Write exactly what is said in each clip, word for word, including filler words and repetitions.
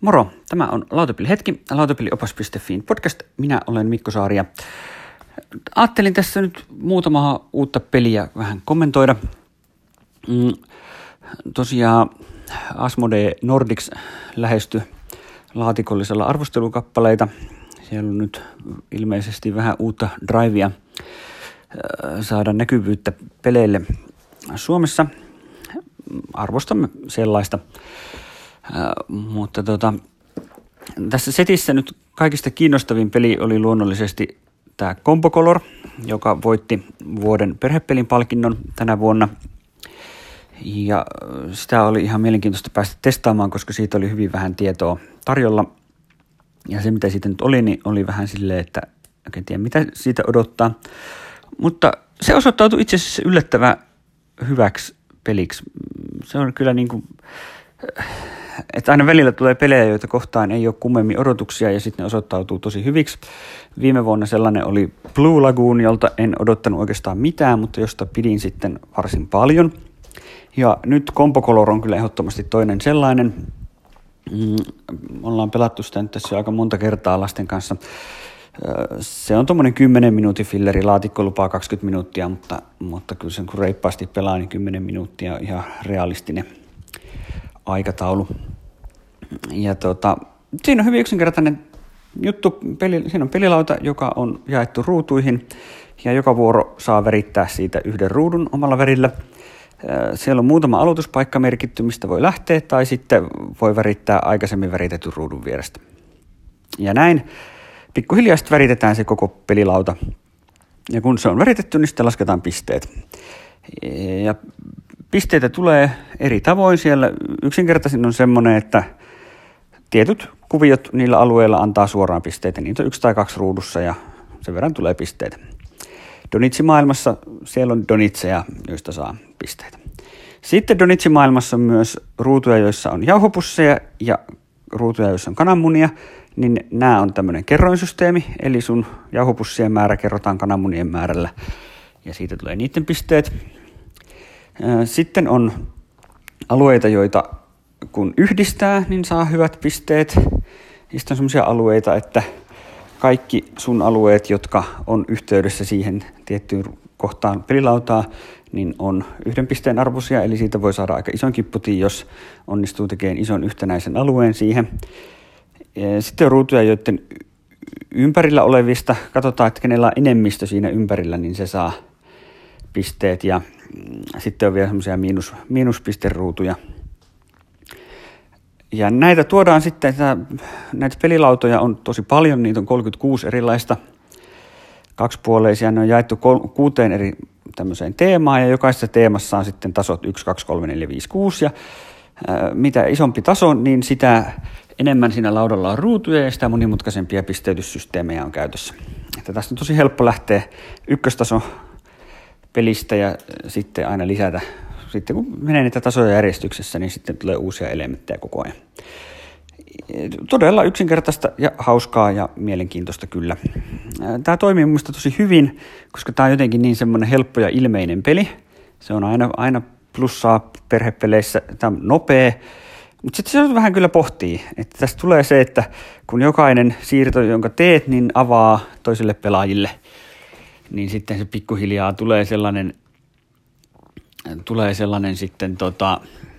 Moro, tämä on Lautapelihetki, lautapeliopas piste fiin podcast. Minä olen Mikko Saari ja ajattelin tässä nyt muutamaa uutta peliä vähän kommentoida. Mm, tosiaan Asmodee Nordics lähesty laatikollisella arvostelukappaleita. Siellä on nyt ilmeisesti vähän uutta drivea saada näkyvyyttä peleille Suomessa. Arvostamme sellaista. Uh, mutta tota, tässä setissä nyt kaikista kiinnostavin peli oli luonnollisesti tämä Combo Color, joka voitti vuoden perhepelin palkinnon tänä vuonna. Ja sitä oli ihan mielenkiintoista päästä testaamaan, koska siitä oli hyvin vähän tietoa tarjolla. Ja se, mitä siitä nyt oli, niin oli vähän silleen, että en tiedä mitä siitä odottaa. Mutta se osoittautui itse asiassa yllättävän hyväksi peliksi. Se on kyllä niin kuin, että aina välillä tulee pelejä, joita kohtaan ei ole kummemmin odotuksia ja sitten ne osoittautuu tosi hyviksi. Viime vuonna sellainen oli Blue Lagoon, jolta en odottanut oikeastaan mitään, mutta josta pidin sitten varsin paljon. Ja nyt Combo Color on kyllä ehdottomasti toinen sellainen. Mm, ollaan pelattu sitä nyt tässä aika monta kertaa lasten kanssa. Se on tuommoinen kymmenen minuutin filleri, laatikko lupaa kaksikymmentä minuuttia, mutta, mutta kyllä sen kun reippaasti pelaa, niin kymmenen minuuttia on ihan realistinen aikataulu. Ja tota, siinä on hyvin yksinkertainen juttu. Peli, siinä on pelilauta, joka on jaettu ruutuihin ja joka vuoro saa värittää siitä yhden ruudun omalla värillä. Siellä on muutama aloituspaikka merkitty, mistä voi lähteä, tai sitten voi värittää aikaisemmin väritetyn ruudun vierestä. Ja näin pikkuhiljaa sitten väritetään se koko pelilauta. Ja kun se on väritetty, niin sitten lasketaan pisteet. Ja pisteitä tulee eri tavoin. Siellä yksinkertaisin on semmoinen, että tietyt kuviot niillä alueilla antaa suoraan pisteitä. Niitä on yksi tai kaksi ruudussa ja sen verran tulee pisteitä. Donitsi-maailmassa siellä on donitseja, joista saa pisteitä. Sitten Donitsi-maailmassa on myös ruutuja, joissa on jauhopusseja ja ruutuja, joissa on kananmunia. Niin nämä on tämmöinen kerroinsysteemi, eli sun jauhopussien määrä kerrotaan kananmunien määrällä ja siitä tulee niiden pisteet. Sitten on alueita, joita kun yhdistää, niin saa hyvät pisteet. Sitten on semmoisia alueita, että kaikki sun alueet, jotka on yhteydessä siihen tiettyyn kohtaan pelilautaa, niin on yhden pisteen arvoisia, eli siitä voi saada aika ison kipputin, jos onnistuu tekemään ison yhtenäisen alueen siihen. Sitten on ruutuja, joiden ympärillä olevista, katsotaan, että kenellä on enemmistö siinä ympärillä, niin se saa pisteet. Ja sitten on vielä semmoisia miinus, miinuspisteruutuja. Ja näitä tuodaan sitten, näitä pelilautoja on tosi paljon, niitä on kolmekymmentäkuusi erilaista kaksipuoleisia. Ne on jaettu kuuteen eri tämmöiseen teemaan ja jokaisessa teemassa on sitten tasot yksi, kaksi, kolme, neljä, viisi, kuusi. Ja mitä isompi taso, niin sitä enemmän siinä laudalla on ruutuja ja sitä monimutkaisempia pisteytyssysteemejä on käytössä. Että tästä on tosi helppo lähteä ykköstaso pelistä ja sitten aina lisätä. Sitten kun menee niitä tasoja järjestyksessä, niin sitten tulee uusia elementtejä koko ajan. Todella yksinkertaista ja hauskaa ja mielenkiintoista kyllä. Tämä toimii mun mielestä tosi hyvin, koska tämä on jotenkin niin semmoinen helppo ja ilmeinen peli. Se on aina, aina plussaa perhepeleissä. Tämä on nopea. Mutta sitten se vähän kyllä pohtii, että tästä tulee se, että kun jokainen siirto, jonka teet, niin avaa toisille pelaajille, niin sitten se pikkuhiljaa tulee sellainen, tulee sellainen sitten tota,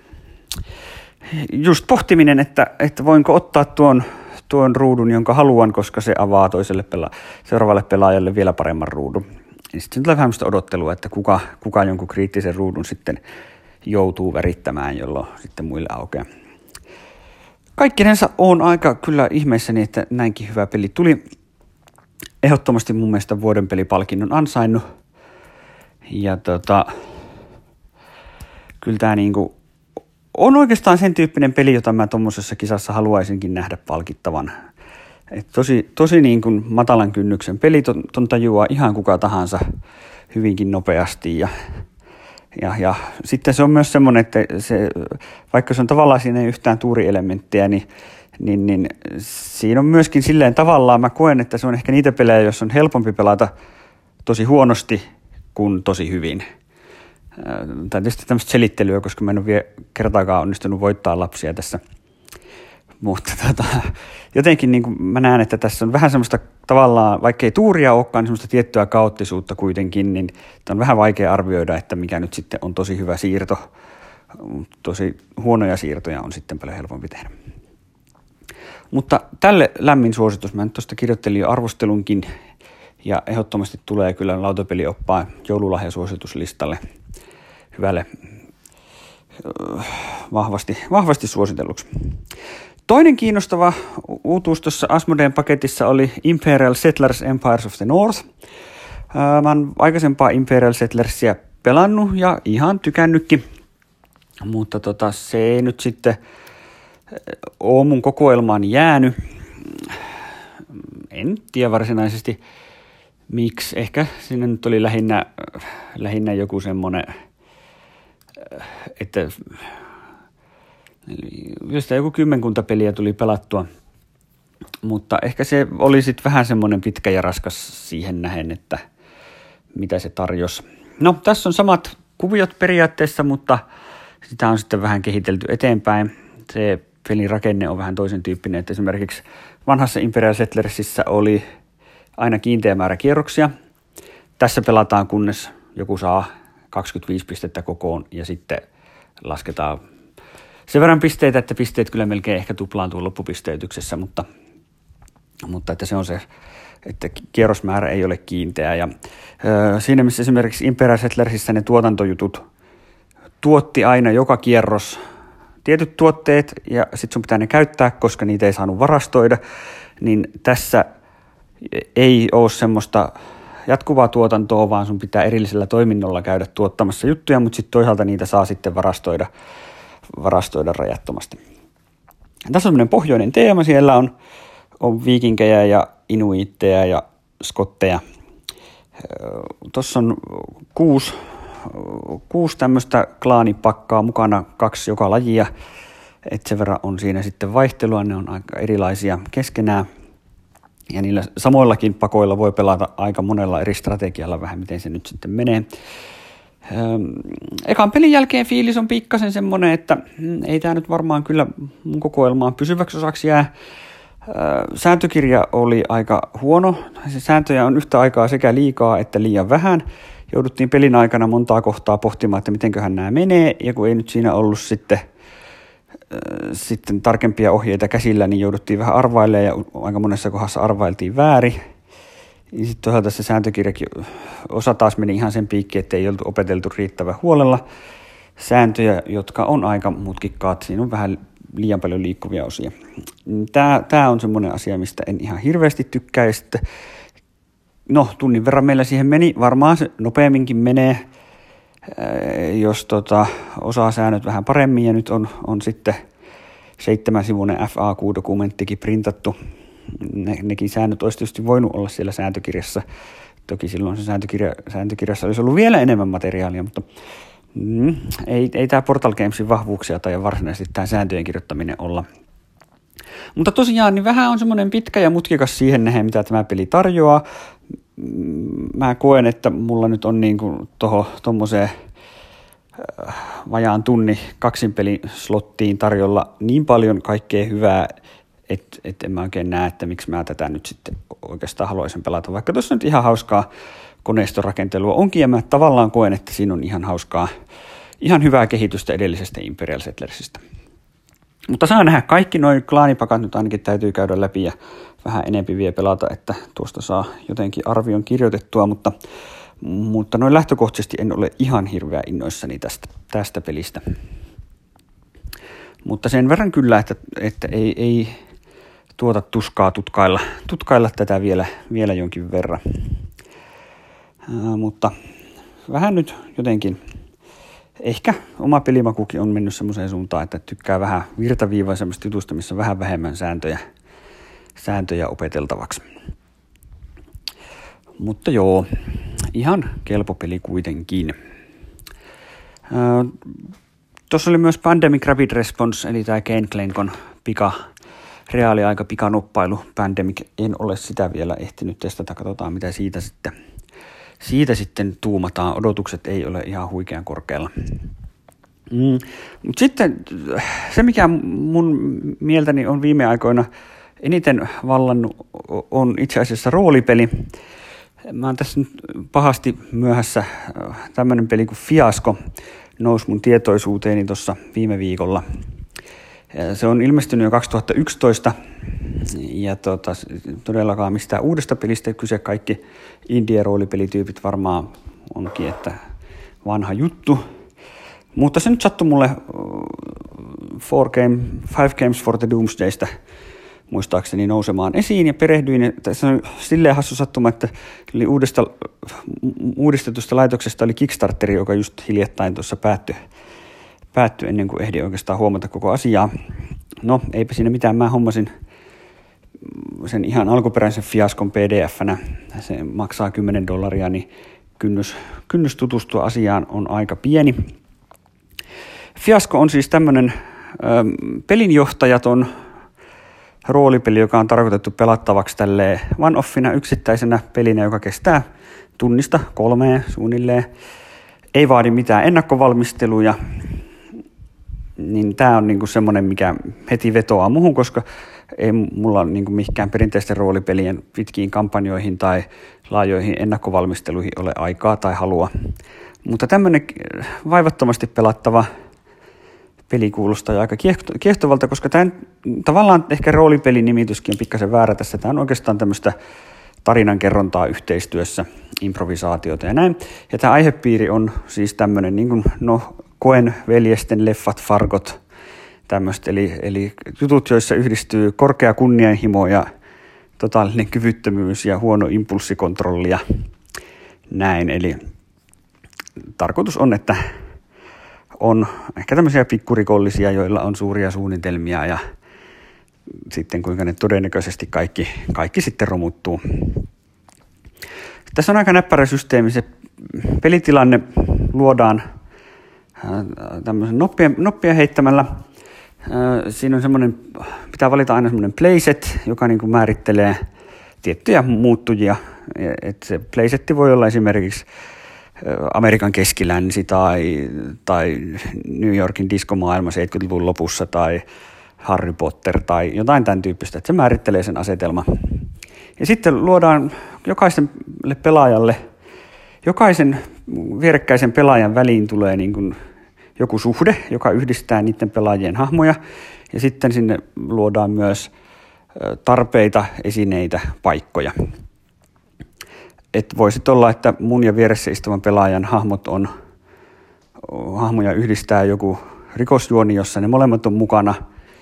just pohtiminen, että, että voinko ottaa tuon, tuon ruudun, jonka haluan, koska se avaa toiselle pela- seuraavalle pelaajalle vielä paremman ruudun. Ja sitten tulee vähän sellaista odottelua, että kuka, kuka jonkun kriittisen ruudun sitten joutuu värittämään, jolloin sitten muille aukeaa. Kaikkinensa on aika kyllä ihmeissäni, että näinkin hyvä peli tuli. Ehdottomasti mun mielestä vuoden pelipalkinnon ansainnut. Ja tota, kyllä tää niinku on oikeastaan sen tyyppinen peli, jota mä tommosessa kisassa haluaisinkin nähdä palkittavan. Et tosi tosi niin kuin matalan kynnyksen peli, ton, ton tajuaa ihan kuka tahansa hyvinkin nopeasti ja Ja, ja sitten se on myös semmoinen, että se, vaikka se on tavallaan siinä ei yhtään tuurielementtiä, niin, niin, niin siinä on myöskin silleen tavallaan, mä koen, että se on ehkä niitä pelejä, joissa on helpompi pelata tosi huonosti kuin tosi hyvin. Tai tietysti tämmöistä selittelyä, koska mä en ole vielä kertaakaan onnistunut voittaa lapsia tässä Mutta tota, jotenkin niin kuin mä näen, että tässä on vähän semmoista tavallaan, vaikka ei tuuria olekaan, niin semmoista tiettyä kaoottisuutta kuitenkin, niin on vähän vaikea arvioida, että mikä nyt sitten on tosi hyvä siirto. Tosi huonoja siirtoja on sitten paljon helpompi tehdä. Mutta tälle lämmin suositus. Mä nyt tuosta kirjoittelin jo arvostelunkin ja ehdottomasti tulee kyllä lautapelioppaan joululahjasuosituslistalle hyvälle vahvasti, vahvasti suositelluksi. Toinen kiinnostava uutuus tuossa Asmodeen paketissa oli Imperial Settlers Empires of the North. Mä oon aikaisempaa Imperial Settlersia pelannut ja ihan tykännytkin, mutta tota, se ei nyt sitten ole mun kokoelmaan jäänyt. En tiedä varsinaisesti miksi. Ehkä siinä nyt oli lähinnä, lähinnä joku semmoinen, että josta joku kymmenkunta peliä tuli pelattua, mutta ehkä se oli sitten vähän semmoinen pitkä ja raskas siihen nähen, että mitä se tarjosi. No, tässä on samat kuviot periaatteessa, mutta sitä on sitten vähän kehitelty eteenpäin. Se pelin rakenne on vähän toisen tyyppinen, että esimerkiksi vanhassa Imperial Settlersissä oli aina kiinteä määrä kierroksia. Tässä pelataan, kunnes joku saa kaksikymmentäviisi pistettä kokoon ja sitten lasketaan sen verran pisteitä, että pisteet kyllä melkein ehkä tuplaantuu loppupisteytyksessä, mutta, mutta että se on se, että kierrosmäärä ei ole kiinteä. Ja, ö, siinä missä esimerkiksi Imperial Settlersissä ne tuotantojutut tuotti aina joka kierros tietyt tuotteet ja sitten sun pitää ne käyttää, koska niitä ei saanut varastoida, niin tässä ei ole semmoista jatkuvaa tuotantoa, vaan sun pitää erillisellä toiminnolla käydä tuottamassa juttuja, mutta sitten toisaalta niitä saa sitten varastoida, varastoida rajattomasti. Tässä on semmoinen pohjoinen teema, siellä on, on viikinkejä ja inuitteja ja skotteja. Tuossa on kuusi, kuusi tämmöistä klaanipakkaa mukana, kaksi joka lajia, että sen verran on siinä sitten vaihtelua, ne on aika erilaisia keskenään. Ja niillä samoillakin pakoilla voi pelata aika monella eri strategialla vähän, miten se nyt sitten menee. Ekan pelin jälkeen fiilis on pikkasen semmoinen, että ei tämä nyt varmaan kyllä mun kokoelmaan pysyväksi osaksi jää. Sääntökirja oli aika huono. Se sääntöjä on yhtä aikaa sekä liikaa että liian vähän. Jouduttiin pelin aikana montaa kohtaa pohtimaan, että mitenköhän nämä menee. Ja kun ei nyt siinä ollut sitten, sitten tarkempia ohjeita käsillä, niin jouduttiin vähän arvailemaan ja aika monessa kohdassa arvailtiin väärin. Ja sitten toisaalta se sääntökirjakin osa taas meni ihan sen piikki, että ei oltu opeteltu riittävän huolella sääntöjä, jotka on aika mutkikkaat. Siinä on vähän liian paljon liikkuvia osia. Tämä, tämä on semmoinen asia, mistä en ihan hirveästi tykkää. Ja sitten, no, tunnin verran meillä siihen meni. Varmaan se nopeamminkin menee, jos tota, osaa säännöt vähän paremmin. Ja nyt on, on sitten seitsemän sivuinen F A Q-dokumenttikin printattu. Ne, nekin säännöt olisi tietysti voinut olla siellä sääntökirjassa. Toki silloin se sääntökirja, sääntökirjassa olisi ollut vielä enemmän materiaalia, mutta mm, ei, ei tämä Portal Gamesin vahvuuksia tai varsinaisesti tämä sääntöjen kirjoittaminen olla. Mutta tosiaan niin vähän on semmoinen pitkä ja mutkikas siihen nähden, mitä tämä peli tarjoaa. Mä koen, että mulla nyt on niin kuin toho, tommoseen äh, vajaan tunni kaksinpelislottiin tarjolla niin paljon kaikkea hyvää, että et en mä oikein näe, että miksi mä tätä nyt sitten oikeastaan haluaisin pelata. Vaikka tuossa nyt ihan hauskaa koneistorakentelua onkin, ja mä tavallaan koen, että siinä on ihan hauskaa, ihan hyvää kehitystä edellisestä Imperial Settlersistä. Mutta saa nähdä, kaikki nuo klaanipakat nyt ainakin täytyy käydä läpi ja vähän enempi vielä pelata, että tuosta saa jotenkin arvion kirjoitettua, mutta, mutta noin lähtökohtaisesti en ole ihan hirveä innoissani tästä, tästä pelistä. Mutta sen verran kyllä, että, että ei, ei tuota tuskaa tutkailla, tutkailla tätä vielä, vielä jonkin verran. Ää, mutta vähän nyt jotenkin, ehkä oma pelimakukin on mennyt semmoiseen suuntaan, että tykkää vähän virtaviivaisemmasta jutusta, missä on vähän vähemmän sääntöjä, sääntöjä opeteltavaksi. Mutta joo, ihan kelpo peli kuitenkin. Ää, Tuossa oli myös Pandemic Rapid Response, eli tämä Gainclenkon pika, reaaliaika pikanoppailu Pandemic. En ole sitä vielä ehtinyt testata, katsotaan mitä siitä sitten, siitä sitten tuumataan. Odotukset ei ole ihan huikean korkealla. Mm. Mutta sitten se, mikä mun mieltäni on viime aikoina eniten vallannut, on itse asiassa roolipeli. Mä oon tässä nyt pahasti myöhässä. Tämmöinen peli kuin Fiasko nousi mun tietoisuuteeni tuossa viime viikolla. Se on ilmestynyt jo kaksituhattayksitoista ja tota, todellakaan mistään uudesta pelistä kyse. Kaikki indie-roolipelityypit varmaan onkin, että vanha juttu. Mutta se nyt sattui mulle four game, Five Games for the Doomsdaystä muistaakseni nousemaan esiin ja perehdyin. Se on silleen hassu sattuma, että uudesta, uudistetusta laitoksesta oli Kickstarteri, joka just hiljattain tuossa päättyi, päättyi ennen kuin ehdin oikeastaan huomata koko asiaa. No, eipä siinä mitään. Mä hommasin sen ihan alkuperäisen Fiaskon P D F-nä. Se maksaa kymmenen dollaria, niin kynnys, kynnys tutustua asiaan on aika pieni. Fiasko on siis tämmöinen pelinjohtajaton roolipeli, joka on tarkoitettu pelattavaksi tälleen one-offina yksittäisenä pelinä, joka kestää tunnista kolmeen suunnilleen. Ei vaadi mitään ennakkovalmisteluja, niin tämä on niinku semmoinen, mikä heti vetoaa muhun, koska ei mulla ole niinku mihinkään perinteisten roolipelien pitkiin kampanjoihin tai laajoihin ennakkovalmisteluihin ole aikaa tai halua. Mutta tämmöinen vaivattomasti pelattava peli kuulostaa aika kiehtovalta, koska tämän, tavallaan ehkä roolipelinimityskin on pikkasen väärä tässä. Tämä on oikeastaan tämmöistä tarinankerrontaa yhteistyössä, improvisaatiota ja näin. Ja tämä aihepiiri on siis tämmöinen, niin kuin no, Coen veljesten leffat, Fargot, tämmöistä, eli, eli jutut, joissa yhdistyy korkea kunnianhimo ja totaalinen kyvyttömyys ja huono impulssikontrolli ja näin. Eli tarkoitus on, että on ehkä tämmöisiä pikkurikollisia, joilla on suuria suunnitelmia ja sitten kuinka ne todennäköisesti kaikki, kaikki sitten romuttuu. Tässä on aika näppärä systeemi. Se pelitilanne luodaan tämmöisen noppia, noppia heittämällä. Siinä on semmoinen, pitää valita aina semmoinen playset, joka niin kuin määrittelee tiettyjä muuttujia. Et se playsetti voi olla esimerkiksi Amerikan keskilänsi tai, tai New Yorkin diskomaailma seitsemänkymmentäluvun lopussa tai Harry Potter tai jotain tämän tyyppistä, että se määrittelee sen asetelma. Ja sitten luodaan jokaiselle pelaajalle, jokaisen vierekkäisen pelaajan väliin tulee niin kuin joku suhde, joka yhdistää niiden pelaajien hahmoja, ja sitten sinne luodaan myös tarpeita, esineitä, paikkoja. Että voisi olla, että mun ja vieressä istuvan pelaajan hahmot on, hahmoja yhdistää joku rikosjuoni, jossa ne molemmat on mukana,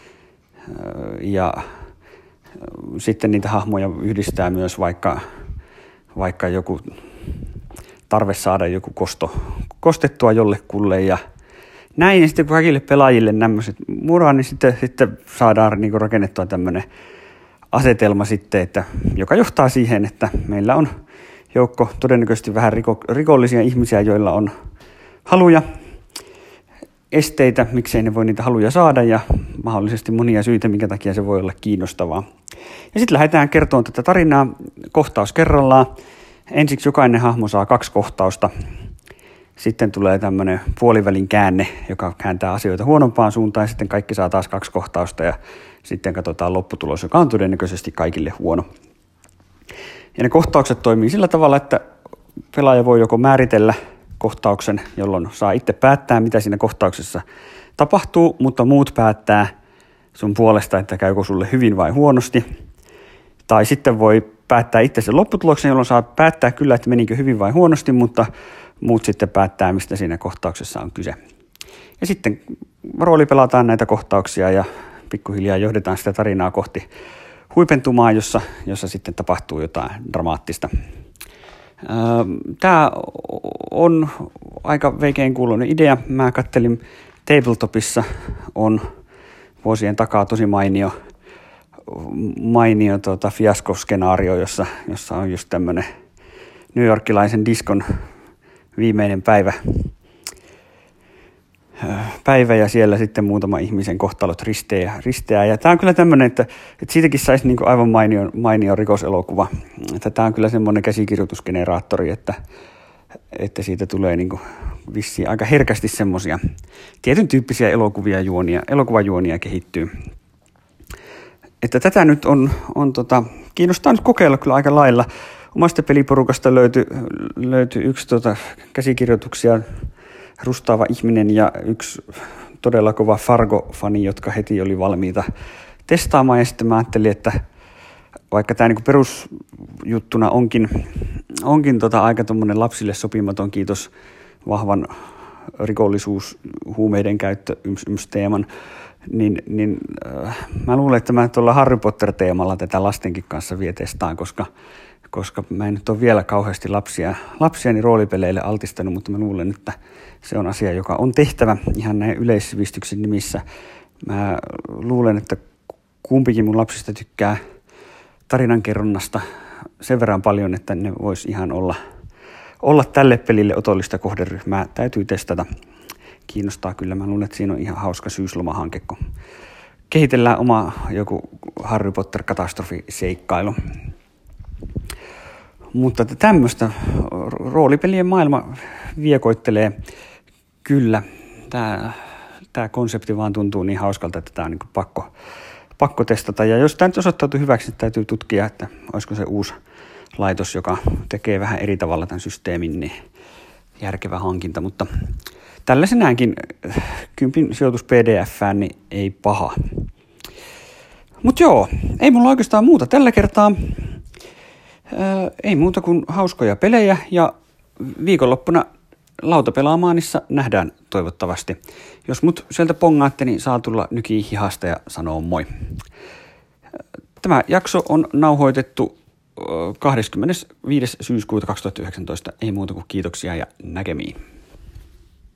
ja sitten niitä hahmoja yhdistää myös vaikka, vaikka joku tarve saada joku kosto, kostettua jollekulle ja näin. Ja sitten kun kaikille pelaajille nämöiset muraa, niin sitten, sitten saadaan niin kuin rakennettua tämmöinen asetelma sitten, että, joka johtaa siihen, että meillä on joukko todennäköisesti vähän riko, rikollisia ihmisiä, joilla on haluja, esteitä, miksei ne voi niitä haluja saada ja mahdollisesti monia syitä, minkä takia se voi olla kiinnostavaa. Ja sitten lähdetään kertomaan tätä tarinaa kohtaus kerrallaan. Ensiksi jokainen hahmo saa kaksi kohtausta. Sitten tulee tämmöinen puolivälin käänne, joka kääntää asioita huonompaan suuntaan. Ja sitten kaikki saa taas kaksi kohtausta ja sitten katsotaan lopputulos, joka on todennäköisesti kaikille huono. Ja ne kohtaukset toimii sillä tavalla, että pelaaja voi joko määritellä kohtauksen, jolloin saa itse päättää, mitä siinä kohtauksessa tapahtuu, mutta muut päättää sun puolesta, että käykö sulle hyvin vai huonosti. Tai sitten voi päättää itse sen lopputuloksen, jolloin saa päättää kyllä, että menikö hyvin vai huonosti, mutta muut sitten päättää, mistä siinä kohtauksessa on kyse. Ja sitten rooli pelataan näitä kohtauksia ja pikkuhiljaa johdetaan sitä tarinaa kohti huipentumaa, jossa, jossa sitten tapahtuu jotain dramaattista. Tämä on aika veikein kuuloinen idea. Mä kattelin Tabletopissa on vuosien takaa tosi mainio, mainio tuota, fiaskoskenaario, jossa, jossa on just tämmöinen New Yorkilaisen diskon viimeinen päivä, päivä ja siellä sitten muutama ihmisen kohtalot risteää. risteää. Ja tämä on kyllä tämmöinen, että, että siitäkin saisi niinku aivan mainio, mainio rikoselokuva. Tämä on kyllä semmoinen käsikirjoitusgeneraattori, että, että siitä tulee niinku vissiin aika herkästi semmoisia tietyn tyyppisiä elokuvia juonia, elokuvajuonia kehittyy. Että tätä nyt on, on tota, kiinnostaa nyt kokeilla kyllä aika lailla. Omasta peliporukasta löytyi, löytyi yksi tota, käsikirjoituksia rustaava ihminen ja yksi todella kova Fargo-fani, jotka heti oli valmiita testaamaan. Ja sitten mä ajattelin, että vaikka tämä niinku perusjuttuna onkin, onkin tota aika tommonen lapsille sopimaton, kiitos vahvan rikollisuus, huumeiden käyttö, yms, yms teeman, niin, niin äh, mä luulen, että mä tuolla Harry Potter-teemalla tätä lastenkin kanssa vie testaan, koska, koska mä en nyt ole vielä kauheasti lapsia, lapsiani roolipeleille altistanut, mutta mä luulen, että se on asia, joka on tehtävä ihan näin yleissivistyksen nimissä. Mä luulen, että kumpikin mun lapsista tykkää tarinankerronnasta sen verran paljon, että ne vois ihan olla, olla tälle pelille otollista kohderyhmää. Täytyy testata. Kiinnostaa kyllä. Mä luulen, että siinä on ihan hauska syyslomahanke, kun kehitellään oma joku Harry Potter-katastrofiseikkailu. Mutta tämmöistä roolipelien maailma viekoittelee kyllä. Tämä, tämä konsepti vaan tuntuu niin hauskalta, että tämä on niin kuin pakko, pakko testata. Ja jos tämä nyt osoittautuu hyväksi, niin täytyy tutkia, että olisiko se uusi laitos, joka tekee vähän eri tavalla tämän systeemin, niin järkevä hankinta. Mutta tällaisenäänkin kympin sijoitus P D F:ään niin ei paha. Mutta joo, ei mulla oikeastaan muuta tällä kertaa. Öö, ei muuta kuin hauskoja pelejä ja viikonloppuna lautapelaamaanissa nähdään toivottavasti. Jos mut sieltä pongaatte, niin saa tulla nykii hihasta ja sanoo moi. Tämä jakso on nauhoitettu kahdeskymmenesviides syyskuuta kaksituhattayhdeksäntoista. Ei muuta kuin kiitoksia ja näkemiin.